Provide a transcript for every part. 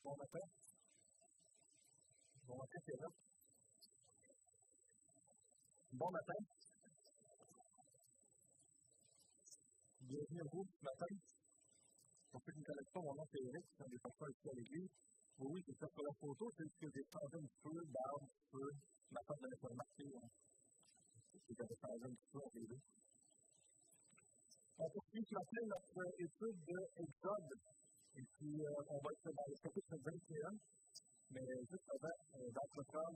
Bon matin. Bon matin, c'est là. Bon matin. Bienvenue à vous ce matin. Pour ceux qui ne connaissent pas, mon nom c'est Eric, je suis un des pasteurs ici à l'église. Oui, c'est ça pour la photo, c'est juste que j'ai changé un petit peu d'arbre, un petit peu. Ma femme n'avait pas remarqué, que j'avais changé un petit peu entre les deux. On poursuit ce matin notre étude d'Exode. Et puis, on va être dans le chapitre 21. Mais juste avant d'entreprendre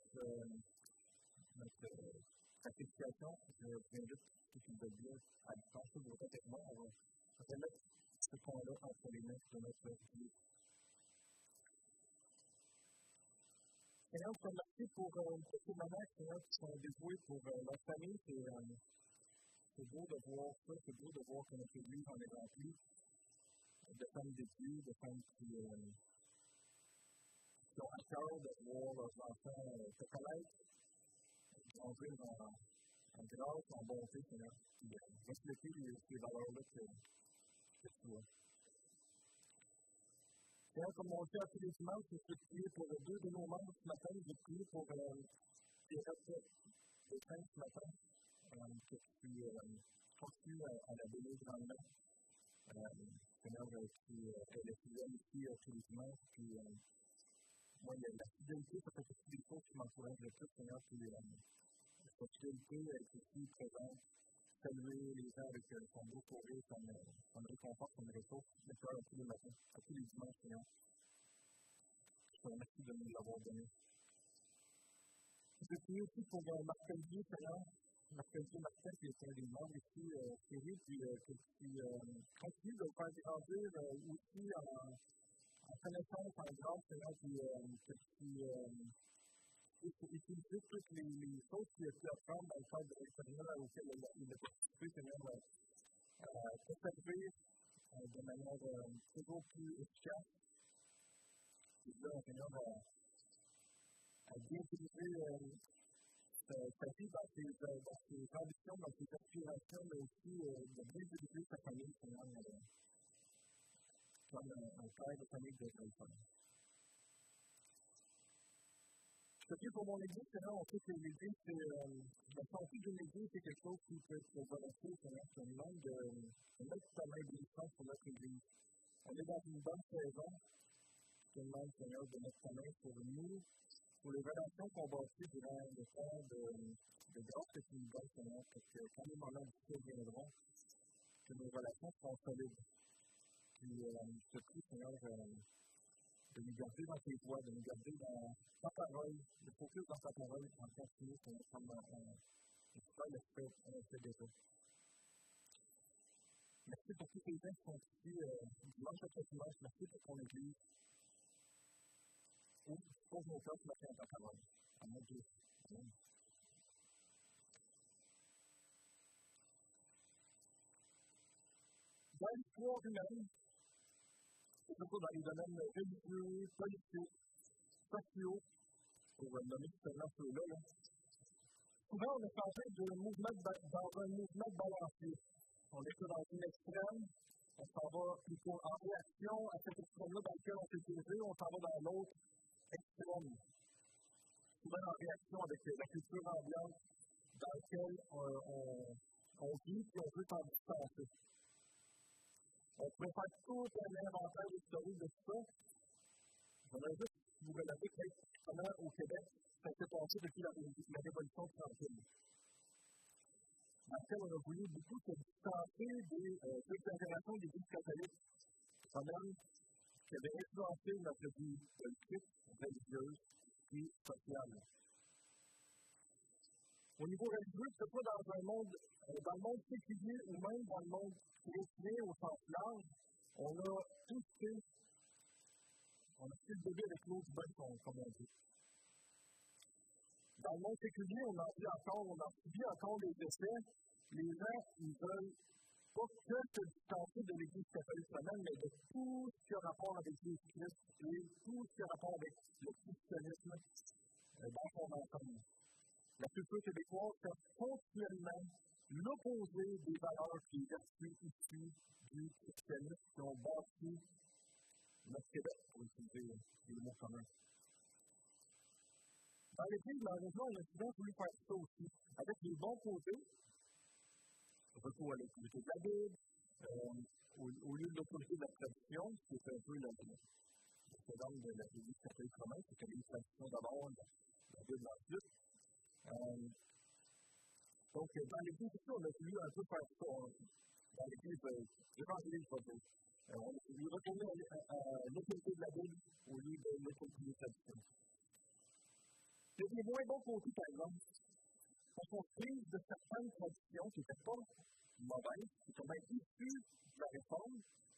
notre sacrification, je vous invite, ceux qui veulent bien, à penser de votre avec moi. On va remettre ce point-là entre les mains de notre Dieu. Seigneur, je te remercie pour tous ces moments, Seigneur, qui sont dévoués pour leur famille. C'est beau de voir ça, c'est beau de voir que notre Église en est remplie de femmes d'église, de femmes qui ont à cœur de voir leurs enfants se connaître, grandir en grâce, en bonté, Seigneur, puis refléter ces valeurs-là que tu as. Seigneur, comme on le fait à tous les dimanches, je vais prier pour deux de nos membres ce matin. Je vais prier pour les retraites de fin ce matin, que tu continues à la donner grandement. Seigneur, qui est la fidèle ici tous les dimanches. Puis, moi, la fidélité, ça fait partie des choses qui m'encouragent le plus, Seigneur. Puis, cette fidélité est ici présente. Saluer les gens avec son beau sourire, son réconfort, son ressource, le cœur tous les matins, à tous les dimanches, Seigneur. Je te remercie de nous l'avoir donné. Je prie aussi pour Marc-Olivier, Seigneur. Marc-Olivier Martin, qui est un des membres ici, Thierry, puis qui continue de faire grandir aussi en connaissance, en grâce, Seigneur, puis utiliser toutes les choses qu'il a pu apprendre dans le cadre de l'extérieur auquel il a participé, Seigneur, pour servir de manière toujours plus efficace. Et là, Seigneur, à bien utiliser sa vie dans ses ambitions, dans ses aspirations, mais aussi de bien utiliser sa famille, Seigneur, comme un père de famille de téléphone. Je prie pour mon Église, Seigneur. On sait que l'Église, la santé d'une Église, c'est quelque chose qui peut être volontiers, Seigneur. C'est une demande de mettre ta main bénissante sur notre Église. On est dans une bonne saison. Je te demande, Seigneur, de mettre ta main sur nous, pour les relations qu'on bâtit durant le temps de grâce que tu nous donnes, Seigneur, parce que quand les moments difficiles viendront, que nos relations seront solides. Puis, je te prie, Seigneur, de nous garder dans tes voies, de nous garder dans ta parole, de focus dans ta parole en continu, Seigneur, comme on le fait déjà. Merci pour tous les gens qui sont ici dimanche après dimanche. Merci pour ton Église. Et pose nos cœurs ce matin à ta parole. Amen. Amen. Dans l'histoire humaine, surtout dans les domaines religieux, politiques, sociaux, pour nommer seulement ceux-là, souvent on est en train dans un mouvement balancier. On est dans une extrême, on s'en va plutôt en réaction à cette extrême-là dans laquelle on s'est dirigé, on s'en va dans l'autre extrême. Souvent en réaction avec la culture ambiante dans laquelle on vit et on veut s'en distancer. On pourrait faire tout un inventaire historique de tout ça. J'aimerais juste vous relater comment au Québec ça s'est passé depuis la Révolution tranquille. Dans laquelle on a voulu beaucoup se distancer des exagérations des Églises catholiques, quand même, qui avaient influencé notre vie politique, religieuse et sociale. Au niveau religieux, que ce soit dans le monde séculier ou même dans le monde chrétien au sens large, on a tous fait le bébé avec l'eau du bain, comme on dit. Dans le monde séculier, on en subit encore les effets. Les gens, ils veulent pas que se distancer de l'Église catholique romaine, mais de tout ce qui a rapport avec Jésus-Christ et tout ce qui a rapport avec le christianisme dans son ensemble. La culture québécoise fait continuellement l'opposé des valeurs et des vertus issues du christianisme qui ont bâti notre Québec aussi. trouver des mots communs. Dans l'Église, malheureusement, on a souvent voulu faire ça aussi, avec les bons côtés, retour à l'autorité de la Bible, au lieu de l'autorité de la tradition, qui est un peu le programme de l'Église catholique romaine, c'est que les traditions d'abord, la Bible ensuite. Donc, dans l'Église, on a voulu un peu faire ça. Dans l'Église évangélique, on a voulu retourner à l'autorité de la Bible au lieu de l'autorité des traditions. Il y a des moins bons côtés, par exemple, parce qu'on prise de certaines traditions qui n'étaient pas mauvaises, qui sont même issues de la réforme,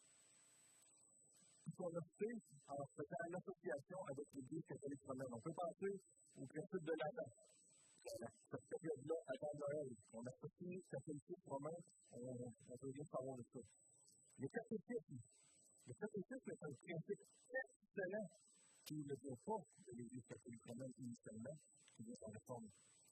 puis qu'on a fait en faisant une association avec l'Église catholique romaine. On peut penser au principe de l'Adam. Cette période-là, avant Noël, on associe le catholicisme romain, on peut bien savoir de ça. Le catéchisme est un principe excellent qui ne vient pas de l'Église catholique romaine initialement, qui vient de la réforme.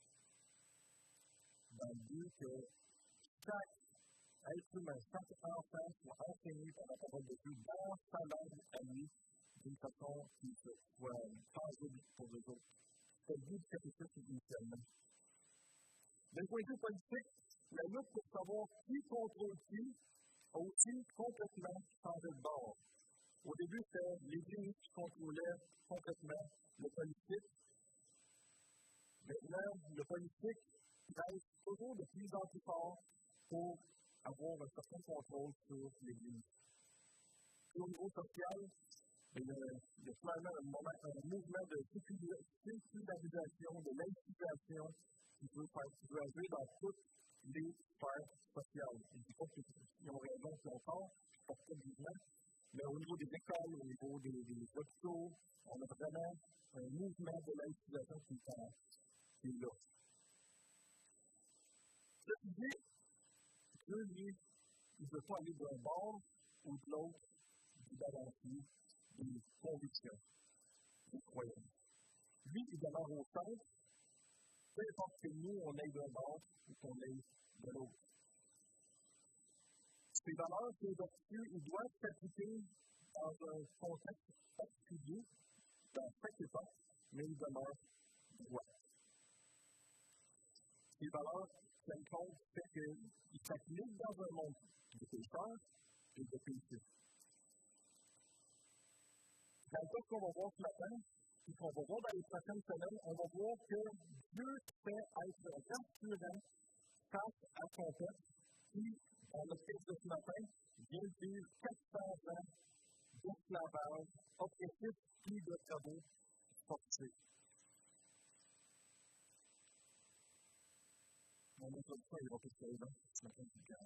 Dans le but que chaque être humain, chaque enfant soit enseigné par la parole de Dieu dans sa langue à lui, d'une façon qui soit tangible pour les autres. C'est le but du catéchisme initialement. D'un point de vue politique, la lutte pour savoir qui contrôle qui a aussi complètement changé de bord. Au début, c'était l'Église qui contrôlait complètement le politique. Maintenant, le politique reste toujours de plus en plus fort pour avoir un certain contrôle sur l'Église. Puis au niveau social, il y a clairement un mouvement de sécularisation, de laïcisation qui veut agir dans toutes les sphères sociales. Je ne dis pas qu'ils ont raison, qu'ils ont tort, je ne porte pas de jugement, mais au niveau des écoles, au niveau des hôpitaux, on a vraiment un mouvement de laïcisation qui est là. Ceci dit, Dieu, lui, il ne veut pas aller d'un bord ou de l'autre du balancier des convictions, des croyances. Lui, il demeure au centre, peu importe que nous, on aille d'un bord ou qu'on aille de l'autre. Ces valeurs, ces vertus, ils doivent s'appliquer dans un contexte particulier, dans chaque époque, mais ils demeurent droits. Ces valeurs tiennent compte du fait qu'ils s'appliquent dans un monde de pécheurs et de péchés. Dans le cas qu'on va voir ce matin, et qu'on va voir dans les prochaines semaines, on va voir que Dieu fait être rassurant face à son peuple qui, dans le texte de ce matin, vient de vivre 400 ans d'esclavage oppressif puis de travaux forcés. On a dit ça, il va plus tard, ce matin, du cœur.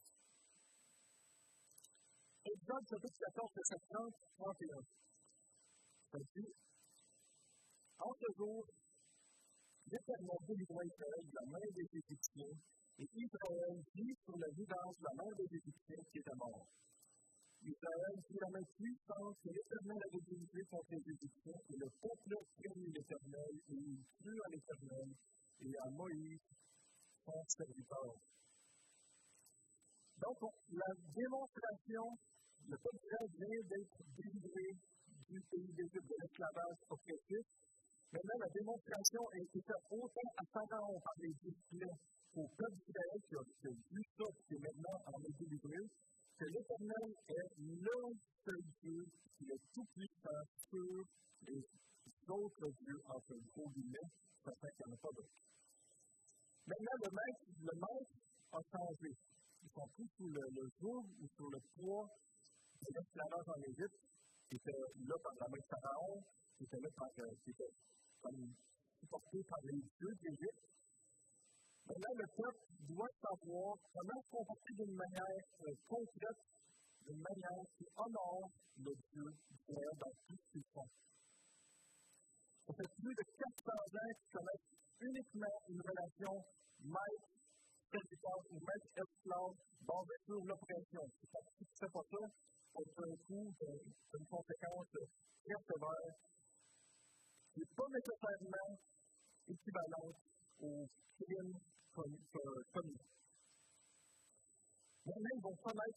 Exode chapitre 14, verset 30, 31. Ça dit, en ce jour, l'Éternel délivra Israël de la main des Égyptiens, et Israël vit sur le visage de la main des Égyptiens qui étaient morts. Israël vit la main puissante que l'Éternel avait dirigée contre les Égyptiens, et le peuple craignit l'Éternel, et il crut à l'Éternel, et à Moïse, son serviteur. Donc, la démonstration, le peuple d'Israël vient d'être délivré du pays d'Égypte, de l'esclavage oppressif. Maintenant, la démonstration est faite autant à Pharaon par les disciples au peuple d'Israël qui a vu ça, qui est maintenant en est délivré, que l'Éternel est le seul Dieu qui est tout-puissant sur les autres dieux, entre gros guillemets, certains qu'il n'y en a pas d'autres. Maintenant, le maître a changé. Ils sont plus sous le joug ou sur le poids de l'esclavage en Égypte, qui était là par la main de Pharaon, qui était là qui était supporté par les dieux d'Égypte. Maintenant, le peuple doit savoir comment se comporter d'une manière concrète, d'une manière qui honore le Dieu d'Israël dans tout ce qu'ils font. Ça fait plus de 400 ans qu'ils connaissent uniquement une relation maître-serviteur ou maître-esclave basée sur l'oppression. Si tu ne fais pas ça, on te fait un coup d'une conséquence très sévère qui n'est pas nécessairement équivalente au crime commis. Maintenant, ils vont connaître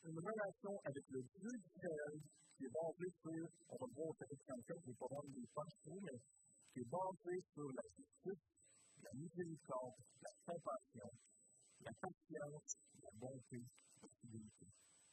une relation avec le Dieu d'Israël qui est basée sur, on va le voir au chapitre 34, je ne vais pas vendre des pages trop, mais qui est basée sur la justice, la miséricorde, la compassion, la patience, la bonté, la fidélité.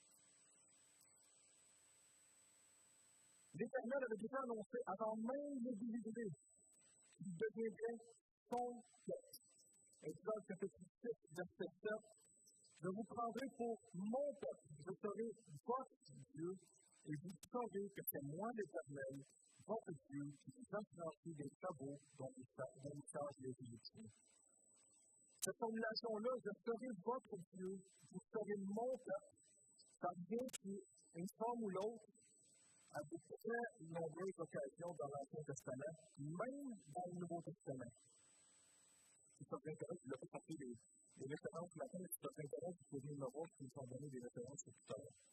L'Éternel avait déjà annoncé, avant même de délivrer, qu'il deviendrait son peuple. Exode chapitre 6, verset 7. Je vous prendrai pour mon peuple, je serai votre Dieu, et vous saurez que c'est moi l'Éternel, votre Dieu, qui vous a affranchis des travaux dont vous chargent les Égyptiens. Cette formulation-là, je serai votre Dieu, vous serez mon peuple, ça vient d'une forme ou l'autre, à de très nombreuses occasions dans l'Ancien Testament, même dans le Nouveau Testament. Si ça vous intéresse, je ne vais pas sortir des références ce matin, mais si ça vous intéresse, vous pouvez me voir qui nous ont donné des références tout à l'heure.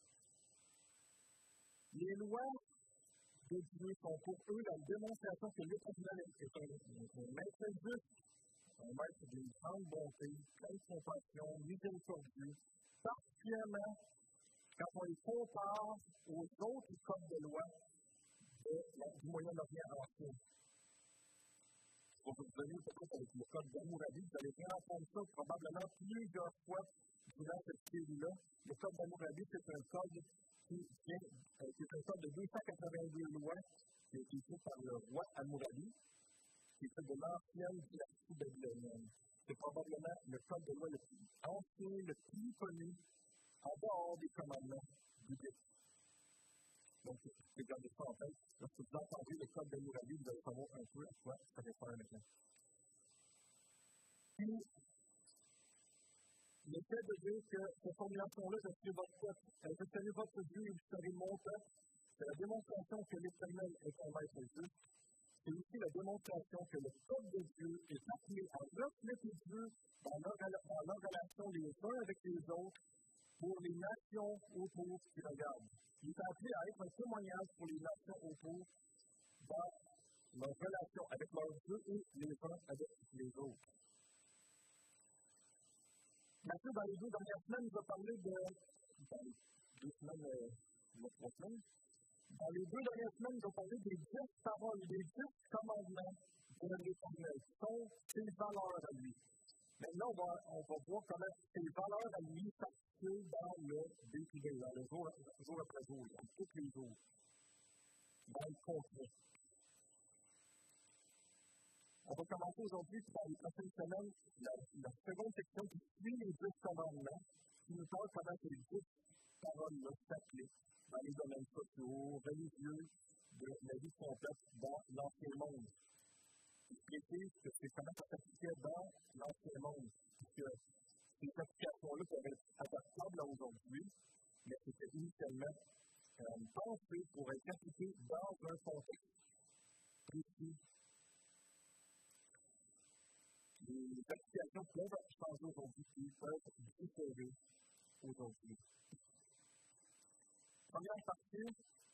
Les lois de Dieu sont pour eux la démonstration que l'Éternel est un maître juste, un maître d'une grande bonté, plein de compassion, miséricordieux, particulièrement quand on les compare aux autres codes de loi du Moyen-Orient ancien. Je vais vous donner peut-être avec le code d'Hammurabi, vous allez bien entendre ça probablement plusieurs fois durant cette série-là. Le code d'Hammurabi, c'est un code qui est un code de 282 lois qui a été écrit par le roi Hammurabi, qui est fait de l'ancienne dynastie babylonienne. C'est probablement le code de loi le plus ancien, le plus connu, en dehors des commandements bibliques. Donc, je vais garder ça en tête. Lorsque vous entendez le code d'Hammurabi, vous allez savoir un peu à quoi ça réfère maintenant. Puis, le fait de dire que cette formulation-là, je suis votre peuple, je serai votre Dieu et vous serez mon peuple, c'est la démonstration que l'Éternel est un maître juste. C'est aussi la démonstration que le peuple de Dieu est appelé à refléter Dieu dans leur relation les uns avec les autres pour les nations autour qui regardent. Il est appelé à être un témoignage pour les nations autour dans leur relation avec leur Dieu et les uns avec les autres. Mathieu, dans les 2 dernières semaines, nous a parlé de. Dans les 2 semaines, 3 semaines. Dans les 2 dernières semaines, nous a parlé des 10 paroles, des 10 commandements de l'Éternel, qui sont ses valeurs à lui. Maintenant, on va voir comment ces valeurs à lui s'articulent dans le day-to-day, dans le jour après jour, tous les jours, dans le concret. On va commencer aujourd'hui, dans les prochaines semaines, la seconde section qui suit les 10 commandements, qui nous parle comment ces 10 paroles-là s'appliquent dans les domaines sociaux, religieux, de la vie complète dans l'Ancien monde. Je précise que c'est comment ça s'appliquait dans l'Ancien monde, puisque ces applications-là peuvent être adaptables à aujourd'hui, mais c'était initialement pensé pour être appliqué dans un contexte précis. Les applications peuvent changer aujourd'hui et peuvent différer aujourd'hui. Première partie,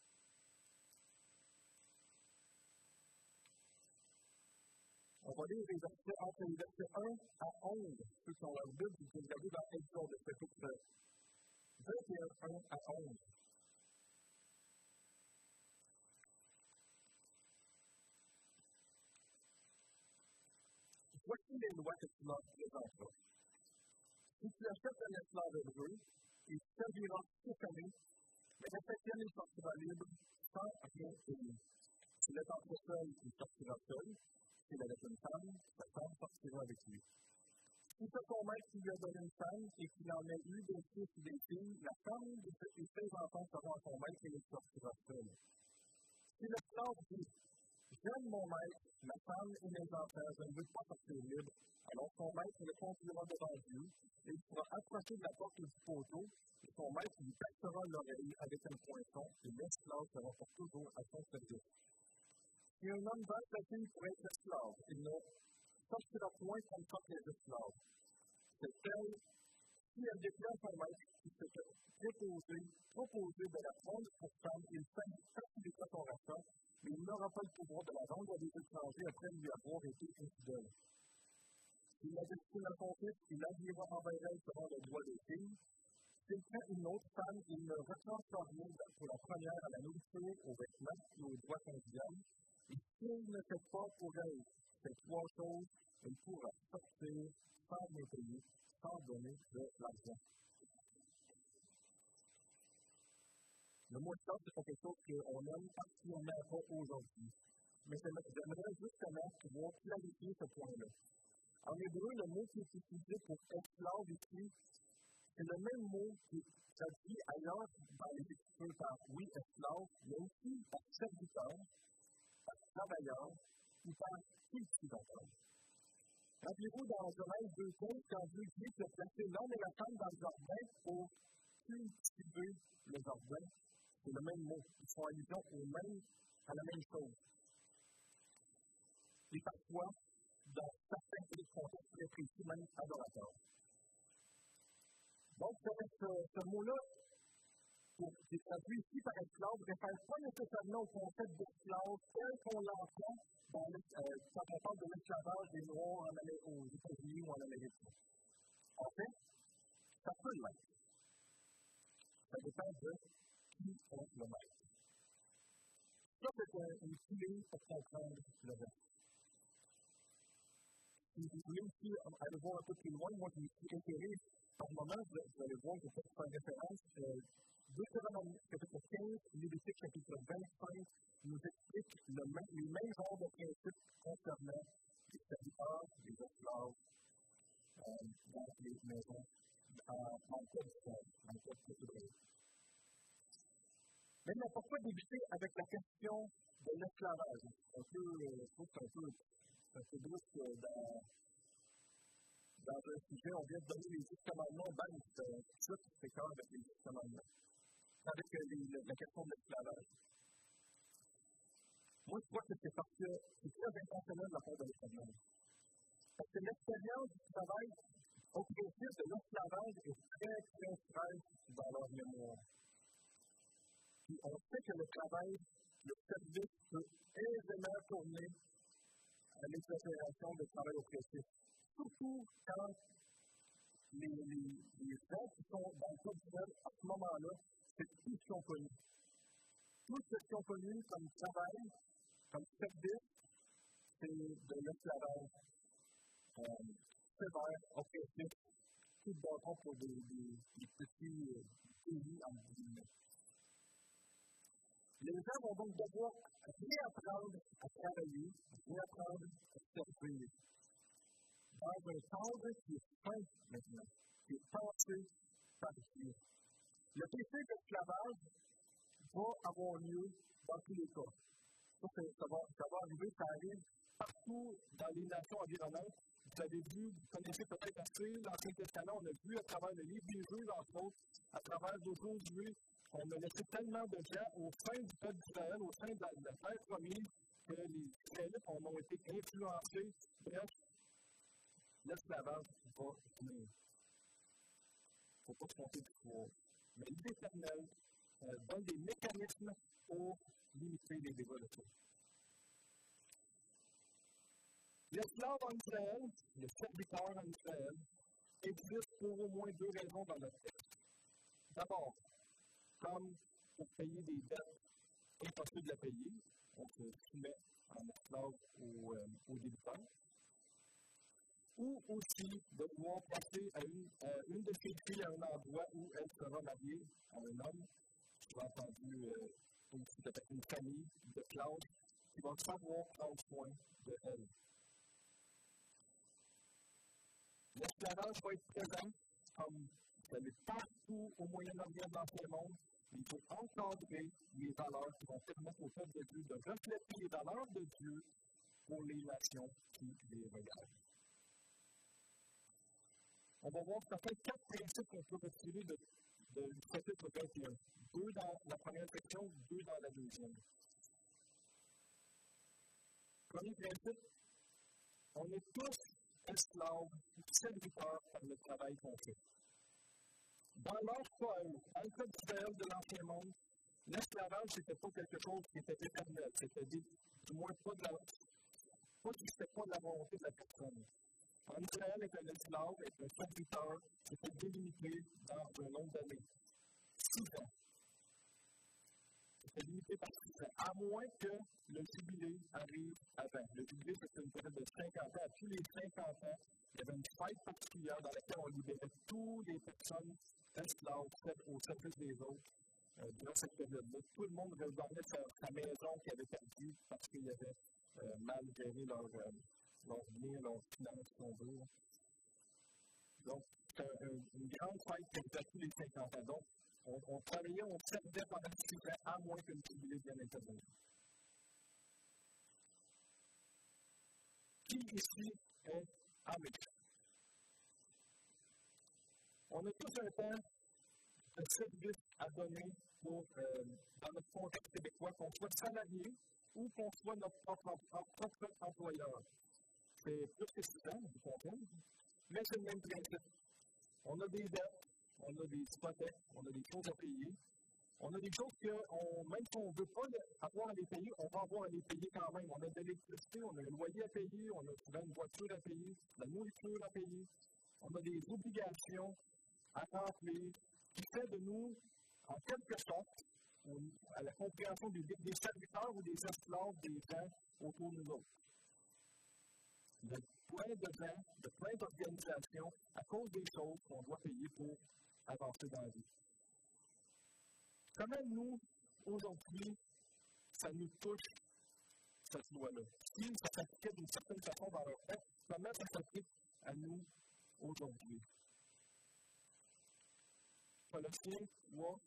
on va lire les versets entre les versets 1 à 11. Ceux qui ont leur Bible, vous pouvez regarder dans Exode, chapitre 21, 1 à 11. Voici les lois que tu leur présenteras. Si tu achètes un esclave hébreu, il servira 6 années, mais la 7e, il sortira libre sans rien payer. S'il est entre seul, il sortira seul. S'il est avec une femme, sa femme sortira avec lui. Si c'est ton maître qui lui a donné une femme et qu'il en a eu des fils ou des filles, la femme et ses enfants seront à son maître et il sortira seul. Si l'esclave dit j'aime mon maître, ma femme et mes enfants, je ne veux pas sortir libre, alors son maître le conduira devant Dieu et il sera approché de la porte du poteau et son maître lui percera l'oreille avec un poinçon et l'esclave sera pour toujours à son service. Si un homme vend sa fille pour être esclave, il ne sortira point comme ça les esclaves. C'est elle, si elle déclare son maître qui s'était proposé de la prendre pour femme, il facilitera son rachat, mais il n'aura pas le pouvoir de la vendre à des étrangers après lui avoir été infidèle. S'il la destine à son fils, il agira envers elle selon le droit des filles. S'il prend une autre femme, il ne retranchera rien pour la première à la nourriture, aux vêtements et aux droits conjugales. Et s'il ne fait pas pour elle ces trois choses, il pourra sortir sans rien payer, sans donner de l'argent. Le mot stop, c'est quelque chose qu'on aime particulièrement pas aujourd'hui. Mais j'aimerais justement pouvoir clarifier ce point-là. En hébreu, le mot qui est utilisé pour esclave ici, c'est le même mot qui est traduit ailleurs dans les Écritures par oui, esclave, mais aussi par serviteur, par travailleur ou par cultivateur. Rappelez-vous dans Genèse 2:15, quand Dieu dit qu'il a placé l'homme et la femme dans le jardin pour cultiver le jardin, c'est le même mot. Ils font allusion à la même chose. Et parfois, dans certains contextes très précis, même adorateurs. Donc, ce mot-là, qui est traduit ici par esclave, ne réfère pas nécessairement au concept d'esclave tel qu'on l'entend quand on parle de l'esclavage des Noirs aux États-Unis ou en Amérique. En fait, ça peut l'être. Ça dépend de qui est le maître. Ça, c'est une clé pour comprendre le reste. Si vous voulez aussi aller voir un peu plus loin, moi je me suis référé par moment, vous allez voir, je vais faire une référence. Deutéronome chapitre 15, Lévitique chapitre 25 nous explique les mêmes genres de principes concernant les serviteurs, les esclaves dans les maisons, en cas d'Israël, en cas d'Israël. Maintenant, pourquoi débuter avec la question de l'esclavage? Je trouve que c'est un peu brusque dans un sujet. On vient de donner les 10 commandements, c'est quand avec les 10 commandements. Avec la question de l'esclavage. Moi, je crois que c'est parce que c'est très intentionnel de la part de l'esclavage. Parce que l'expérience du travail au principe de l'esclavage est très, très fraîche dans leur mémoire. Puis on sait que le travail, le service peut aisément tourner à l'exagération du travail oppressif. Surtout quand les gens qui sont dans le code d'Israël à ce moment-là, c'est tout ce qu'ils ont connu. Tout ce qu'ils ont connu comme travail, comme service, c'est de l'esclavage sévère, oppressif, tout bâton pour des petits pays en guillemets. Les gens vont donc devoir réapprendre à travailler, réapprendre à servir. Dans un cadre qui est sain maintenant, qui est pensé par Dieu. Le péché d'esclavage va avoir lieu dans tous les cas. Ça va arriver, ça arrive partout dans les nations environnantes. Vous avez vu, vous connaissez peut-être assez l'Ancien Testament, on a vu à travers le livre des Juges, entre autres, à travers d'aujourd'hui, on a laissé tellement de gens au sein du peuple d'Israël, au sein de la terre promise, que les Israélites ont été influencés. Bref, l'esclavage va venir. Il ne faut pas se tromper du pouvoir. Mais l'Éternel donne des mécanismes pour limiter les dégâts de tout. L'esclave en Israël, le serviteur en Israël, existe pour au moins deux raisons dans notre texte. D'abord, comme pour payer des dettes impossibles à payer, on se soumet en esclave au débiteur. Ou aussi de pouvoir passer à une de ses filles à un endroit où elle sera mariée à un homme, qui va entendu aussi peut-être une famille de classe, qui va savoir prendre soin de elle. L'esclavage va être présent, comme vous savez, partout au Moyen-Orient dans ce monde, mais il faut encadrer les valeurs qui vont permettre au peuple de Dieu de refléter les valeurs de Dieu pour les nations qui les regardent. On va voir peut-être 4 principes qu'on peut retirer du chapitre 21. 2 dans la première section, 2 dans la deuxième. Premier principe, on est tous esclaves ou serviteurs par le travail qu'on fait. Dans leur poème, dans le code d'Israël de l'Ancien Monde, l'esclavage, ce n'était pas quelque chose qui était éternel. C'était du moins pas de la volonté de la personne. En Israël, être un esclave, être un serviteur, c'était délimité dans un nombre d'années. 6 ans. C'était limité par 6 ans. À moins que le jubilé arrive avant. Le jubilé, c'était une période de 50 ans. À tous les 50 ans, il y avait une fête particulière dans laquelle on libérait toutes les personnes esclaves au service des autres. Durant cette période-là, tout le monde regagnait sa maison qu'il avait perdue parce qu'il avait mal géré leurs biens, leurs finances, si on veut. Donc, c'est une grande fête qui était tous les 50 ans. Donc, on travaillait, on servait pendant 6 ans, à moins que le jubilé vienne intervenir. Qui ici est Amish? On a tous un temps de service à donner dans notre contexte québécois, qu'on soit salarié ou qu'on soit notre propre employeur. C'est plus que 6 ans, vous comprenez, mais c'est le même principe. On a des dettes, on a des hypothèques, on a des choses à payer. On a des choses que, même si on ne veut pas avoir à les payer, on va avoir à les payer quand même. On a de l'électricité, on a un loyer à payer, on a souvent une voiture à payer, de la nourriture à payer. On a des obligations à remplir qui fait de nous, en quelque sorte, à la compréhension des serviteurs ou des esclaves des gens autour de nous autres. Il y a plein de gens, de plein d'organisations à cause des choses qu'on doit payer pour avancer dans la vie. Comment nous, aujourd'hui, ça nous touche, cette loi-là? Si ça s'appliquait d'une certaine façon dans leur temps, comment ça s'applique à nous aujourd'hui? Colossiens 3.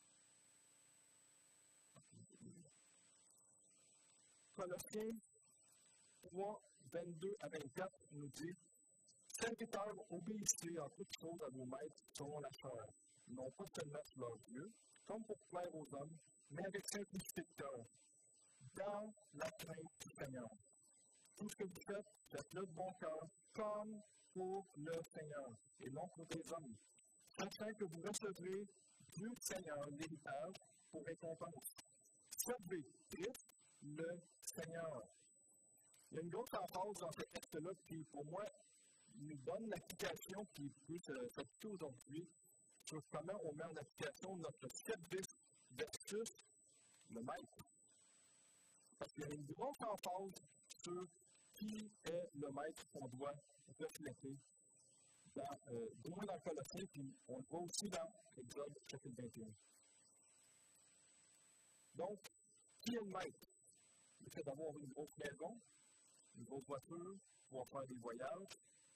Colossiens 3, 22 à 24 nous dit: Serviteurs, obéissez en toutes choses à vos maîtres selon la chair, non pas seulement sur leurs yeux, comme pour plaire aux hommes, mais avec simplicité de cœur, dans la crainte du Seigneur. Tout ce que vous faites, faites-le de bon cœur, comme pour le Seigneur, et non pour des hommes, sachant que vous recevrez du Seigneur l'héritage pour récompense. Servez Christ le Seigneur. Il y a une grosse emphase dans ce texte-là qui, pour moi, nous donne l'application qui peut s'appliquer aujourd'hui sur comment on met en application notre service versus le maître. Parce qu'il y a une grosse emphase sur qui est le maître qu'on doit refléter du moins dans Colossiens, puis on le voit aussi dans Exode chapitre 21. Donc, qui est le maître? Le fait d'avoir une grosse maison, une grosse voiture, pouvoir faire des voyages,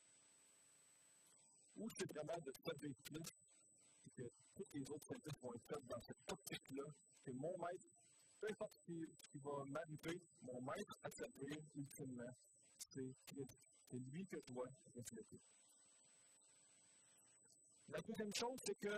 ou c'est vraiment de servir plus, et que tous les autres services vont être faits dans cette optique-là, que mon maître, peu importe ce qui va m'arriver, mon maître à servir ultimement, c'est Christ. C'est lui que je dois refléter. La deuxième chose, c'est que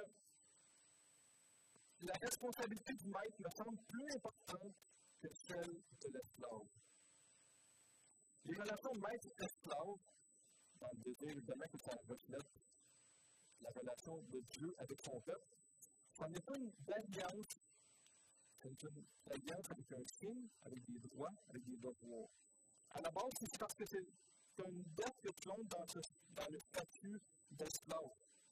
la responsabilité du maître me semble plus importante que celle de l'esclave. Les relations maître-esclave, dans le désir évidemment que ça reflète la relation de Dieu avec son peuple, ça n'est pas une alliance, c'est une alliance avec un signe, avec des droits, avec des devoirs. À la base, c'est parce que c'est une dette que tu entres dans le statut d'esclave.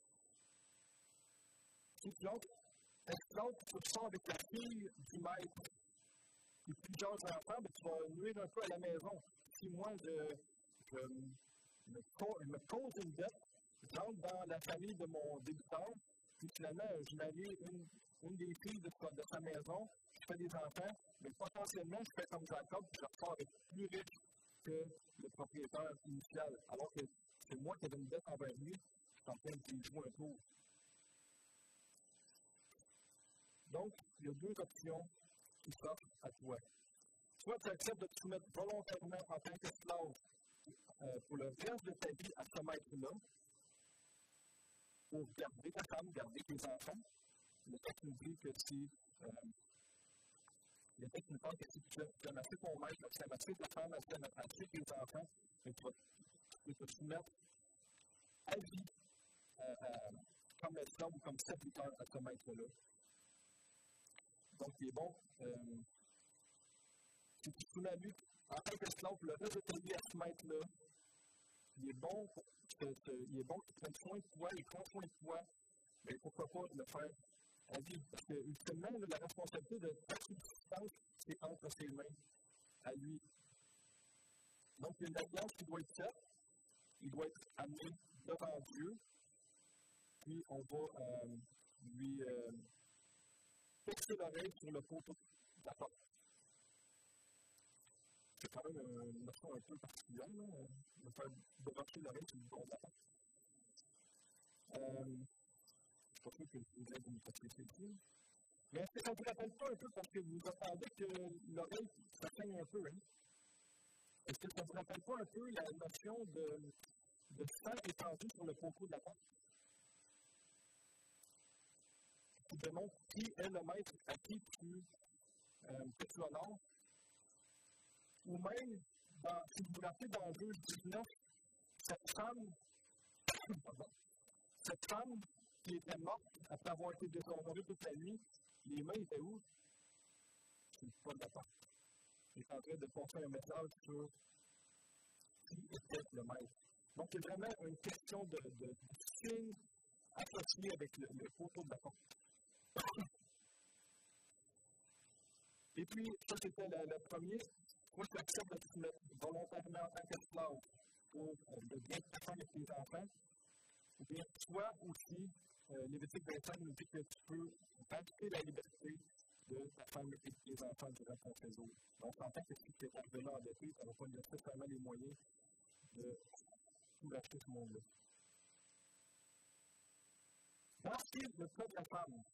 Si tu entres esclave, tu sors avec la fille du maître et plusieurs enfants, mais tu vas nuire un peu à la maison. Si moi, je me cause une dette, j'entre dans la famille de mon débiteur, puis finalement, je marie une des filles de sa maison, je fais des enfants, mais potentiellement, je fais comme Jacob, puis je ressors avec plus riche que le propriétaire initial, alors que c'est moi qui avais une dette envers lui, je suis en train de jouer un tour. Donc, il y a deux options qui s'offrent à toi. Soit tu acceptes de te soumettre volontairement en tant qu'esclave pour le reste de ta vie à ce maître-là, pour garder ta femme, garder tes enfants. Le texte nous dit que si le texte nous parle que si tu aimes assez ton maître, tu aimes assez ta femme, tu aimes assez tes enfants, tu peux te soumettre à vie comme esclave ou comme serviteur à ce maître-là. Donc, il est bon, si tu te soumets à lui en tant qu'esclave pour le reste de ta vie à ce maître-là, il est bon qu'il prenne soin de toi, il prend soin de toi, mais pourquoi pas le faire à vie? Parce que, ultimement, la responsabilité de ta subsistance, c'est entre ses mains à lui. Donc, il y a une alliance qui doit être faite, il doit être amené devant Dieu, puis on va lui fixer l'oreille sur le poteau de la porte. C'est quand même une notion un peu particulière, de faire débrancher l'oreille sur le poteau de la porte. Je ne suis pas sûr que je vous aide à me préciser ici. Mais est-ce que ça ne vous rappelle pas un peu, parce que vous entendez que l'oreille, ça saigne un peu, hein? Est-ce que ça ne vous rappelle pas un peu la notion de sang étendu sur le poteau de la porte? Qui démontre qui est le maître à qui tu honores. Ou même, si vous vous rappelez dans Juge 19, cette femme qui était morte après avoir été déshonorée toute la nuit, les mains étaient où? Sur le pas de la porte. Il est en train de passer un message sur qui était le maître. Donc, c'est vraiment une question de signe associé avec le poteau de la porte. Et puis, ça, c'était le premier. Toi, tu acceptes de te soumettre volontairement en tant qu'esclave pour de bien te faire avec tes enfants. Ou bien, toi aussi, Lévitique 25 nous dit que tu peux pratiquer la liberté de ta femme et de tes enfants durant ton séjour. Donc, en tant que si tu es arrivé là endetté, ça ne va pas nécessairement les moyens de tout racheter ce monde-là. Voici le cas de la femme.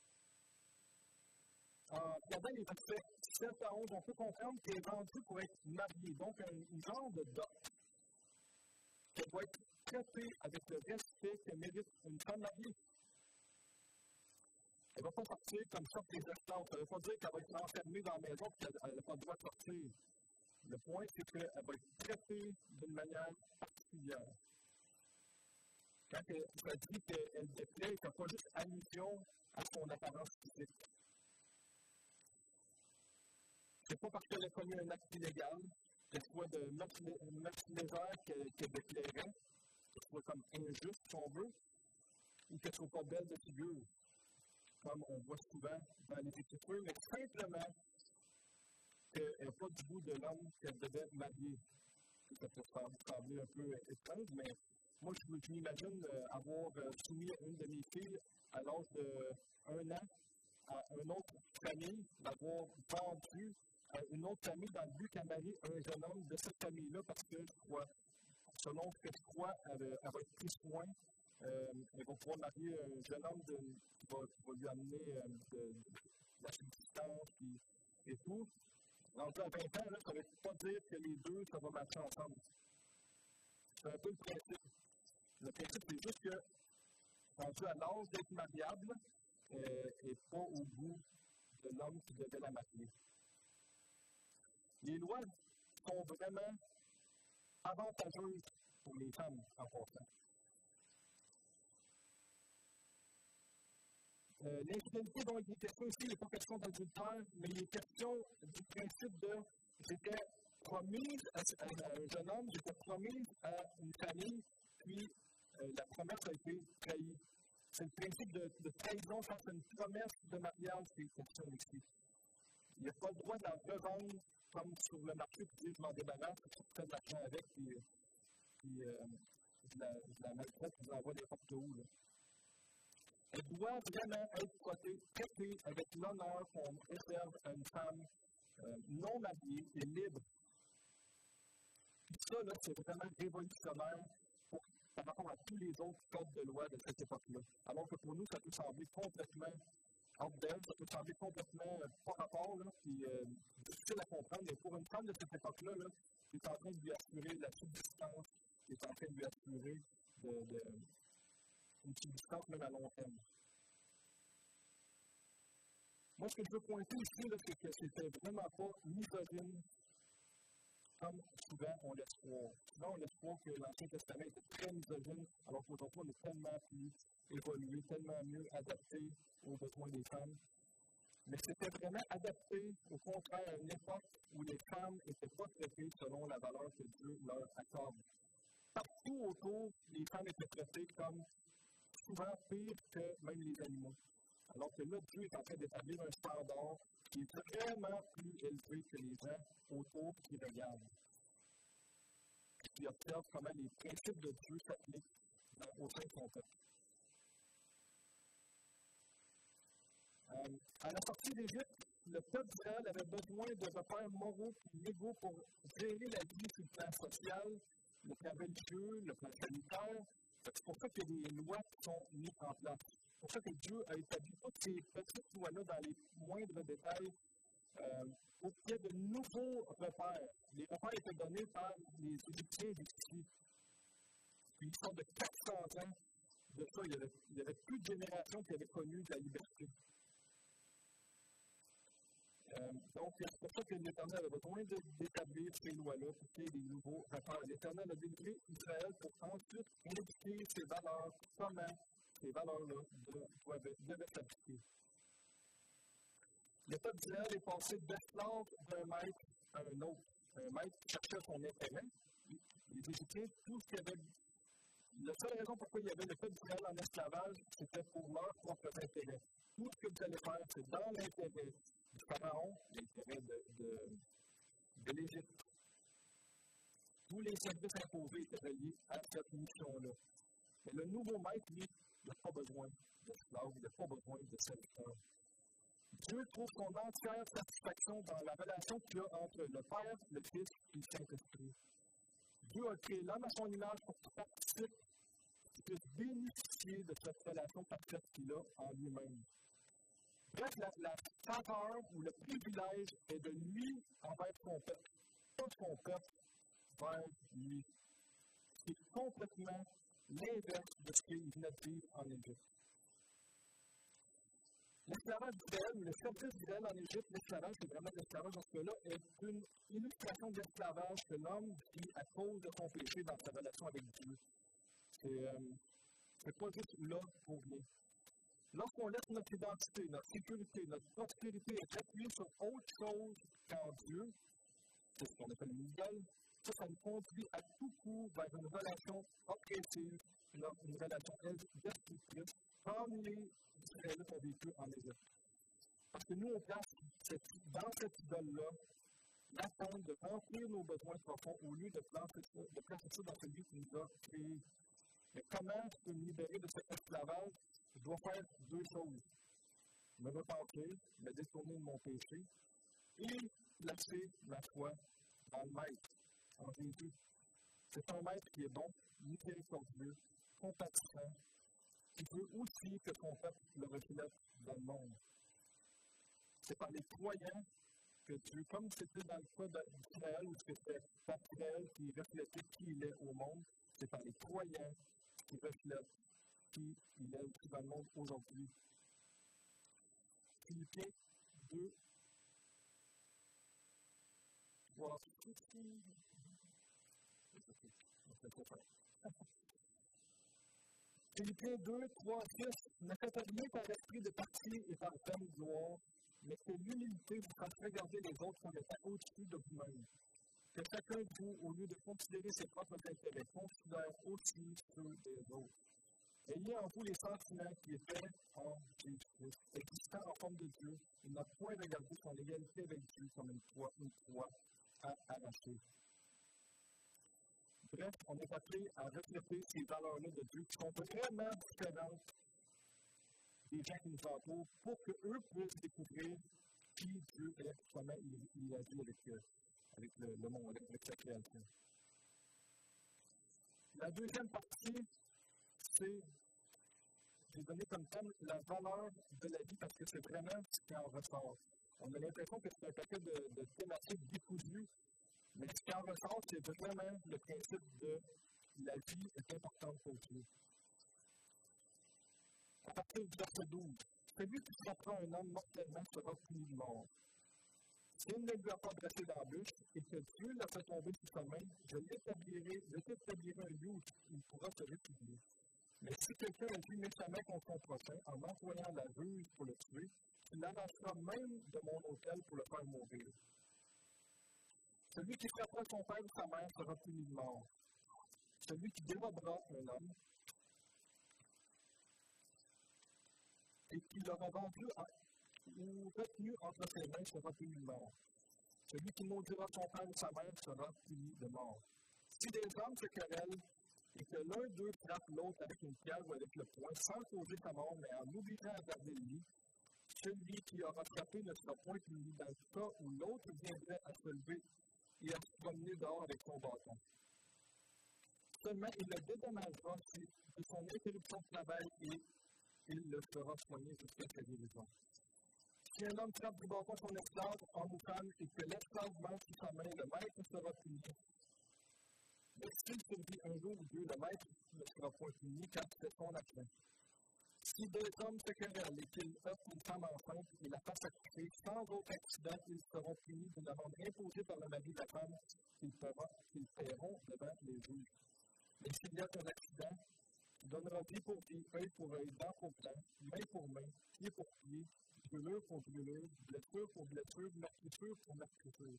En regardant les versets 7 à 11, on peut comprendre qu'elle est vendue pour être mariée, donc un genre de dot, qu'elle doit être traitée avec le respect que mérite une femme mariée. Elle ne va pas sortir comme ça pour les esclaves. Ça ne veut pas dire qu'elle va être enfermée dans la maison et qu'elle n'a pas le droit de sortir. Le point, c'est qu'elle va être traitée d'une manière particulière. Quand ça dit qu'elle déplaît, il n'y a pas juste allusion à son apparence physique. Ce n'est pas parce qu'elle a commis un acte illégal, qu'elle soit de meurtrière qu'elle déplairait, qu'elle soit comme injuste, si on veut, ou qu'elle ne soit pas belle de figure, comme on voit souvent dans les Écritures, mais simplement qu'elle n'a pas du goût de l'homme qu'elle devait marier. Ça peut sembler un peu étrange, mais moi, je m'imagine avoir soumis une de mes filles à l'âge d'1 an à une autre famille, l'avoir vendue à une autre famille dans le but qu'elle marie un jeune homme de cette famille-là, parce que je crois, selon ce que je crois, elle va être prise soin. Elle va pouvoir marier un jeune homme qui va lui amener de la subsistance et tout. Rendu à 20 ans, là, ça ne veut pas dire que les deux, ça va marcher ensemble. C'est un peu le principe. Le principe, c'est juste que, rendu à l'âge d'être mariable, et pas au goût de l'homme qui devait la marier. Les lois sont vraiment avantageuses pour les femmes en passant. L'infidélité dont il est question ici, il n'est pas question d'adultère, mais il est question du principe de j'étais promise à un jeune homme, j'étais promise à une famille, puis la promesse a été trahie. C'est le principe de trahison face à une promesse de mariage qui est question ici. Il n'y a pas le droit de la revendre comme sur le marché, puis dire je m'en débarrasse, je fais de l'argent avec, puis je la maltraite, je l'envoie n'importe où. Là. Elle doit vraiment être traitée avec l'honneur qu'on réserve à une femme non mariée et libre. Puis ça, là, c'est vraiment révolutionnaire par rapport à tous les autres codes de loi de cette époque-là. Alors que pour nous, ça peut sembler complètement hors d'elle, ça peut sembler complètement pas rapport, là, puis difficile à comprendre, mais pour une femme de cette époque-là, là, qui est en train de lui assurer la subsistance, qui est en train de lui assurer une subsistance même à long terme. Moi, ce que je veux pointer ici, là, c'est que c'était vraiment pas misogyne, comme souvent on laisse croire. Souvent, on laisse croire que l'Ancien Testament était très misogyne, alors qu'aujourd'hui, on est tellement plus évolué, tellement mieux adapté aux besoins des femmes. Mais c'était vraiment adapté, au contraire, à une époque où les femmes n'étaient pas traitées selon la valeur que Dieu leur accorde. partout autour, les femmes étaient traitées comme souvent pires que même les animaux. Alors que là, Dieu est en train d'établir un standard qui est vraiment plus élevé que les gens autour qui regardent. Qui observent comment les principes de Dieu s'appliquent au sein de son peuple. À la sortie d'Égypte, le peuple d'Israël avait besoin de repères moraux et légaux pour gérer la vie sur le plan social, le plan religieux, le plan sanitaire. C'est pour ça qu'il y a des lois qui sont mises en place. C'est pour ça que Dieu a établi toutes ces petites lois-là dans les moindres détails au pied de nouveaux repères. Les repères étaient donnés par les Égyptiens d'ici. Puis ils sont de 400 ans de ça. Il y avait plus de générations qui avaient connu de la liberté. Donc, c'est pour ça que l'Éternel avait besoin d'établir ces lois-là pour qu'il y ait des nouveaux rapports. L'Éternel a délivré Israël pour ensuite indiquer ses valeurs, comment ces valeurs-là devaient s'appliquer. Le peuple d'Israël est passé d'esclave d'un maître à un autre. Un maître qui cherchait son intérêt. Les Égyptiens, tout ce qu'il y avait. La seule raison pourquoi il y avait le peuple d'Israël en esclavage, c'était pour leurs propres intérêts. Tout ce que vous allez faire, c'est dans l'intérêt du Pharaon, l'intérêt de l'Égypte. Tous les services imposés étaient reliés à cette mission-là. Mais le nouveau maître, lui, il n'a pas besoin d'esclaves, il n'a pas besoin de serviteurs. Dieu trouve son entière satisfaction dans la relation qu'il y a entre le Père, le Fils et le Saint-Esprit. Dieu a créé l'homme à son image pour qu'il participe, qu'il puisse bénéficier de cette relation parfaite qu'il a en lui-même. Bref, la faveur ou le privilège est de lui envers son peuple, pas son peuple vers lui. C'est complètement l'inverse de ce qu'il venait de vivre en Égypte. L'esclavage d'Israël, ou le service d'Israël en Égypte, l'esclavage, c'est vraiment l'esclavage dans ce cas-là, est une illustration de l'esclavage que l'homme vit à cause de son péché dans sa relation avec Dieu. C'est pas juste là pour rien. Lorsqu'on laisse notre identité, notre sécurité, notre prospérité être appuyée sur autre chose qu'en Dieu, c'est ce qu'on appelle une idole, ça nous conduit à tout coup vers une relation oppressive, une relation destructrice, comme les Israélites ont vécu en Égypte. Parce que nous, on place dans cette idole-là l'attente de remplir nos besoins profonds au lieu de placer ça dans celui qui nous a créés. Mais comment je peux me libérer de cet esclavage? Je dois faire deux choses. Me repentir, me détourner de mon péché et placer ma foi dans le Maître, en Jésus. C'est un Maître qui est bon, miséricordieux, compatissant, qui veut aussi que son peuple le reflète dans le monde. C'est par les croyants que Dieu, comme c'était dans le cas d'Israël, où c'était Israël qui reflétait qui il est au monde, c'est par les croyants qui reflètent qui il est aussi dans le monde aujourd'hui. Philippiens 2, 3, Philippiens 2, 3, 6, ne faites rien par esprit de parti et par vaine gloire, mais que l'humilité vous fasse regarder les autres comme étant au-dessus de vous-même. Que chacun de vous, au lieu de considérer ses propres intérêts, considère aussi ceux des autres. Ayez en vous les sentiments qui étaient en Jésus-Christ, existant en forme de Dieu, il n'a point regardé son égalité avec Dieu comme une proie à arracher. Bref, on est appelé à refléter ces valeurs-là de Dieu qui sont vraiment différentes des gens qui nous entourent pour qu'eux puissent découvrir qui Dieu est, comment il agit avec le monde, avec sa création. La deuxième partie, j'ai donné comme thème la valeur de la vie parce que c'est vraiment ce qui en ressort. On a l'impression que c'est un paquet de thématiques décousues, mais ce qui en ressort, c'est vraiment le principe de la vie est importante pour Dieu. À partir du verset 12, celui qui frapera un homme mortellement sera puni de mort. S'il ne lui a pas dressé d'embûche et que Dieu l'a fait tomber sous sa main, je t'établirai un lieu où il pourra se réfugier. Mais si quelqu'un agit méchamment contre son prochain en employant la ruse pour le tuer, tu l'arracheras même de mon autel pour le faire mourir. Celui qui frappera son père ou sa mère sera puni de mort. celui qui dérobera un homme et qui l'aura vendu ou retenu entre ses mains sera puni de mort. Celui qui maudira son père ou sa mère sera puni de mort. Si des hommes se querellent et que l'un d'eux frappe l'autre avec une pierre ou avec le poing, sans causer sa mort, mais en obligeant à garder le lit, celui qui aura frappé ne sera point puni dans le cas où l'autre viendrait à se lever et à se promener dehors avec son bâton. Seulement, il le dédommagera de son interruption de travail et il le fera soigner jusqu'à sa guérison. Si un homme frappe du bâton son esclave, homme ou femme, et que l'esclave mange sous sa main, le maître sera puni. Mais s'il survit un jour ou deux, le maître ne sera point puni car c'est son affaire. Si deux hommes se querellent et qu'ils offrent une femme enceinte et la fassent accoucher, sans autre accident, ils seront punis d'une amende imposée par le mari de la femme qu'ils paieront devant les juges. Mais s'il y a un accident, tu donneras vie pour vie, œil pour œil, dent pour dent, main pour main, pied pour pied, brûlure pour brûlure, blessure pour blessure, meurtrissure pour meurtrissure.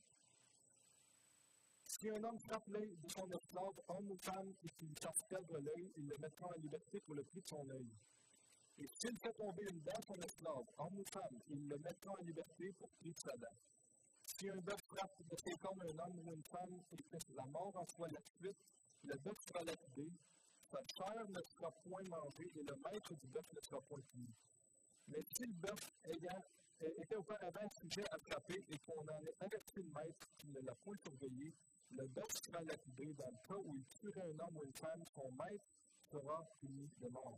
Si un homme frappe l'œil de son esclave, homme ou femme, et qu'il lui fasse perdre l'œil, il le mettra en liberté pour le prix de son œil. Et s'il fait tomber une dent son esclave, homme ou femme, il le mettra en liberté pour le prix de sa dent. Si un bœuf frappe de ses cornes un homme ou une femme et que la mort en soit la suite, le bœuf sera lapidé, sa chair ne sera point mangée et le maître du bœuf ne sera point puni. Mais si le bœuf était auparavant sujet à frapper et qu'on en ait averti le maître qui ne l'a point surveillé, le bœuf sera lapidé dans le cas où il tuerait un homme ou une femme, son maître sera puni de mort.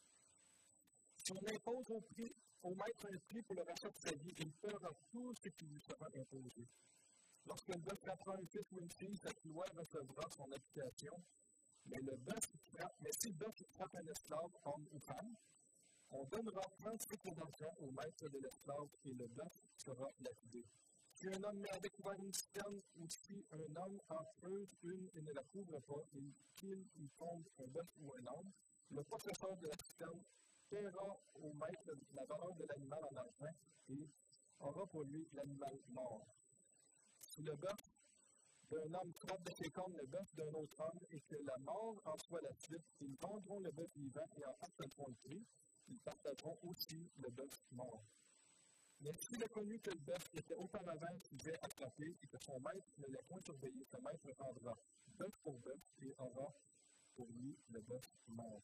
Si on impose au maître un prix pour le rachat de sa vie, il fera tout ce qui lui sera imposé. Lorsque le bœuf frappera un fils ou une fille, cette loi recevra son application. Mais si le bœuf frappe un esclave, homme ou femme, on donnera 30 cycles d'argent au maître de l'esclave et le bœuf sera lapidé. Si un homme met à découvert une citerne ou si un homme en creuse une et ne la couvre pas, et qu'il y tombe un bœuf ou un homme, le possesseur de la citerne paiera au maître la valeur de l'animal en argent et aura pour lui l'animal mort. Si le bœuf d'un homme frappe de ses cornes le bœuf d'un autre homme et que la mort en soit la suite, ils vendront le bœuf vivant et en partageront le prix. Ils partageront aussi le bœuf mort. Mais s'il est connu que le bœuf était auparavant sujet à frapper et que son maître ne l'a point surveillé, ce maître rendra bœuf pour bœuf et aura pour lui le bœuf mort.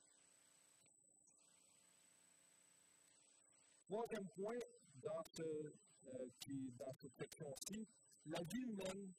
Troisième point dans cette section-ci, la vie humaine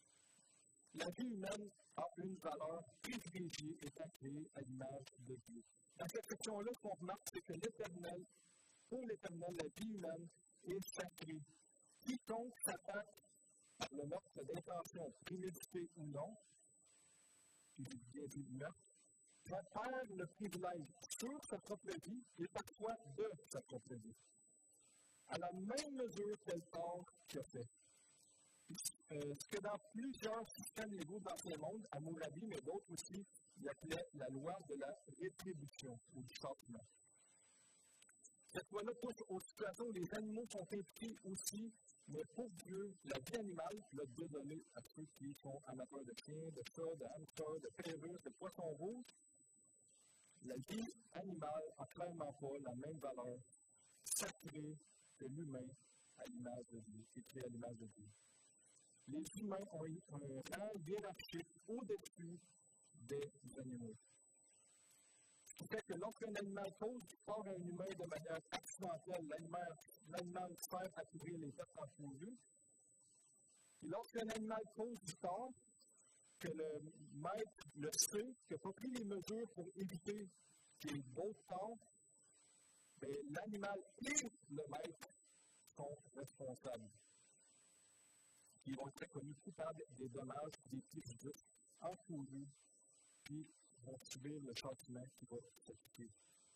a une valeur privilégiée étant créée à l'image de Dieu. Dans cette section-là, ce qu'on remarque, c'est que pour l'Éternel, la vie humaine est sacrée. Quiconque s'attaque par le meurtre d'intention préméditée ou non, qui veut bien dire meurtre, perd le privilège sur sa propre vie et parfois de sa propre vie, à la même mesure que le tort qu'il a fait. Ce que dans plusieurs systèmes légaux de l'Ancien Monde, Hammurabi, mais d'autres aussi, il appelait la loi de la rétribution ou du châtiment. Cette loi-là touche aux situations où les animaux sont impliqués aussi, mais pour Dieu, la vie animale, là, désolé à ceux qui sont amateurs de chiens, de chats, de hamsters, de perruches, de poissons rouges, la vie animale n'a clairement pas la même valeur sacrée que l'humain à l'image de Dieu, qui est créé à l'image de Dieu. Les humains ont un rang hiérarchique au-dessus des animaux. Ce qui fait que lorsqu'un animal cause du tort à un humain de manière accidentelle, l'animal sert à couvrir les pertes en fourrure. Et lorsqu'un animal cause du tort, que le maître le sait, qu'il n'a pas pris les mesures pour éviter qu'il y ait d'autres torts, l'animal et le maître sont responsables. Ils vont être reconnus coupables des dommages, des préjudices encourus, puis vont subir le châtiment qui va s'appliquer.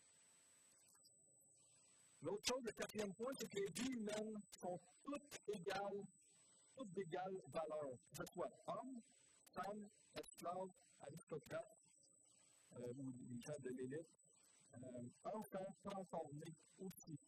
L'autre chose, le quatrième point, c'est que les vies humaines sont toutes d'égale valeur, que ce soit hommes, femmes, esclaves, aristocrates ou les gens de l'élite, enfants, transformés aussi.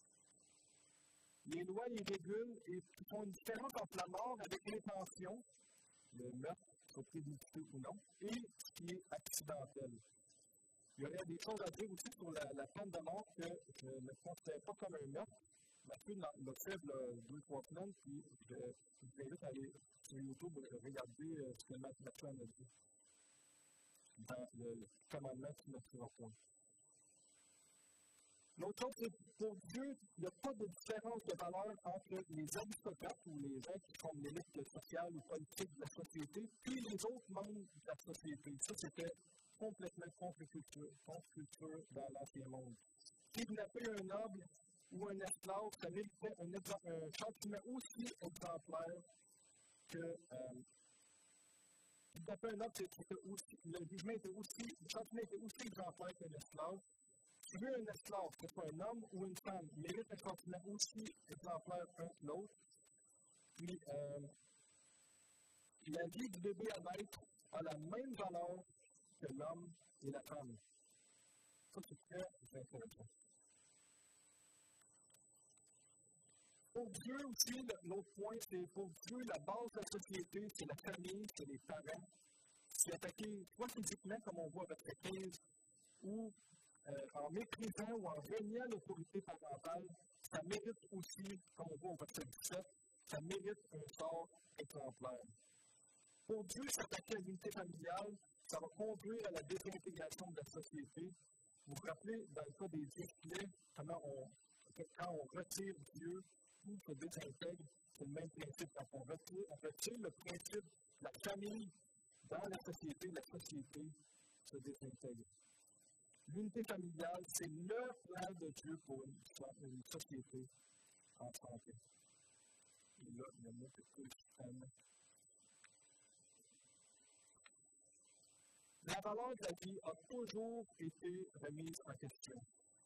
Les lois les régulent et font une différence entre la mort avec l'intention, le meurtre soit prémédité ou non, et ce qui est accidentel. Il y aurait des choses à dire aussi sur la peine de mort que je ne considère pas comme un meurtre. Mathieu l'a fait il y a 2-3 semaines, puis je vous invite à aller sur YouTube regarder ce que Mathieu en a dit dans le commandement qui ne tuera point. L'autre chose, c'est que pour Dieu, il n'y a pas de différence de valeur entre les aristocrates ou les gens qui forment l'élite sociale ou politique de la société, puis les autres membres de la société. Ça, c'était complètement contre-culture dans l'Ancien Monde. Kidnapper un noble ou un esclave, ça méritait un châtiment aussi exemplaire que. Kidnapper un noble, le jugement était aussi, le châtiment était aussi exemplaire qu'un esclave. Si tu veux un esclave, que ce soit un homme ou une femme, mérite un châtiment aussi exemplaire qu'un que l'autre. Puis, la vie du bébé à naître a la même valeur que l'homme et la femme. Ça, c'est très intéressant. Pour Dieu aussi, l'autre point, c'est pour Dieu, la base de la société, c'est la famille, c'est les parents. C'est attaqué soit physiquement, comme on voit à verset 15, ou en méprisant ou en reniant l'autorité parentale, ça mérite aussi, comme on voit au verset 17, ça mérite un sort exemplaire. Pour Dieu, s'attaquer à l'unité familiale, ça va conduire à la désintégration de la société. Vous vous rappelez, dans le cas des 10 plaies, quand on retire Dieu, tout se désintègre. C'est le même principe. Quand on retire le principe de la famille dans la société se désintègre. L'unité familiale, c'est le plan de Dieu pour une société en santé. Et là, il y a un mot que je La valeur de la vie a toujours été remise en question.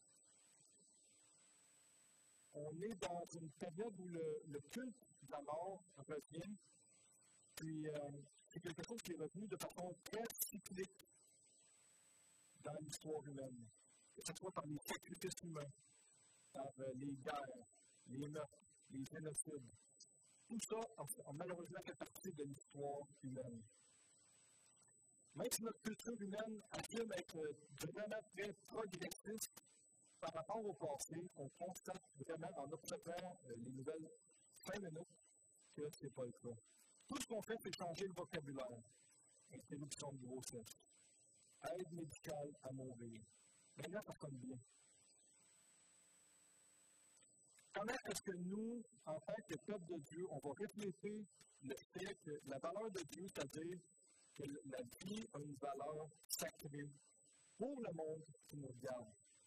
On est dans une période où le culte de la mort revient, puis c'est quelque chose qui est revenu de façon très cyclique dans l'histoire humaine, que ce soit par les sacrifices humains, par les guerres, les meurtres, les génocides. Tout ça a malheureusement fait partie de l'histoire humaine. Même si notre culture humaine affirme être vraiment très progressiste par rapport au passé, on constate vraiment en observant les nouvelles 5 minutes que ce n'est pas le cas. Tout ce qu'on fait, c'est changer le vocabulaire. Interruption de grossesse. Aide médicale à mourir. Maintenant, ça sonne bien. Comment est-ce que nous, en tant que peuple de Dieu, on va refléter le fait que la valeur de Dieu, c'est-à-dire que la vie a une valeur sacrée pour le monde qui nous regarde?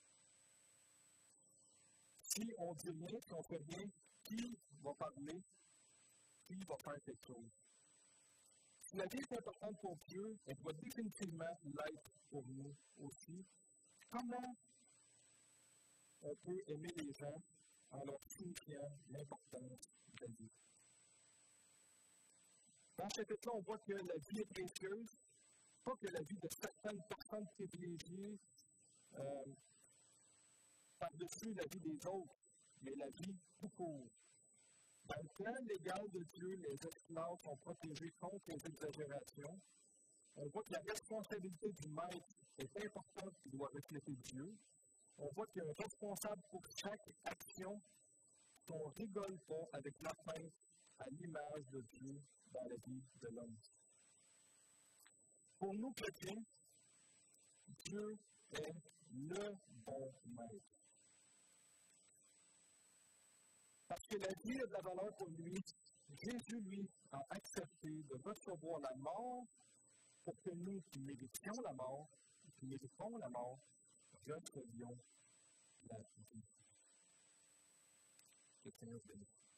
Si on ne dit rien, si on ne fait rien, qui va parler? Qui va faire quelque chose? Si la vie est importante pour Dieu, elle doit définitivement l'être pour nous aussi. Comment on peut aimer les gens en leur signifiant l'importance de la vie? Dans cet état, on voit que la vie est précieuse, pas que la vie de certaines personnes privilégiées par-dessus la vie des autres, mais la vie tout court. Dans le plan légal de Dieu, les esclaves sont protégés contre les exagérations. On voit que la responsabilité du maître est importante et doit refléter Dieu. On voit qu'il y a un responsable pour chaque action, qu'on ne rigole pas avec l'atteinte à l'image de Dieu dans la vie de l'homme. Pour nous chrétiens, Dieu est le bon maître. Parce que la vie a de la valeur pour lui, Jésus, lui, a accepté de recevoir la mort pour que nous qui méritions la mort, qui méritons la mort, retrouvions la vie. Que le Seigneur bénisse.